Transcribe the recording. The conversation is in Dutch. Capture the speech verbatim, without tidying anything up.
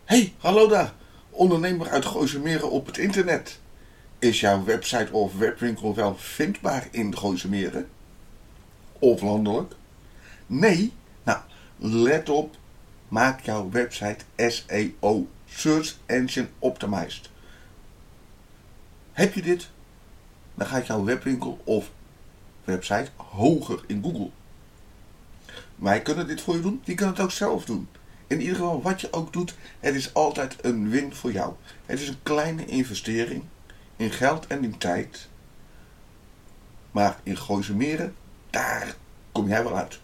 Hey, hallo daar, ondernemer uit Gooisemeren op het internet. Is jouw website of webwinkel wel vindbaar in Gooisemeren? Of landelijk? Nee? Nou, let op, maak jouw website S E O, Search Engine Optimized. Heb je dit? Dan gaat jouw webwinkel of website hoger in Google. Wij kunnen dit voor je doen, je kan het ook zelf doen. In ieder geval, wat je ook doet, het is altijd een win voor jou. Het is een kleine investering in geld en in tijd. Maar in Gooisemeren, daar kom jij wel uit.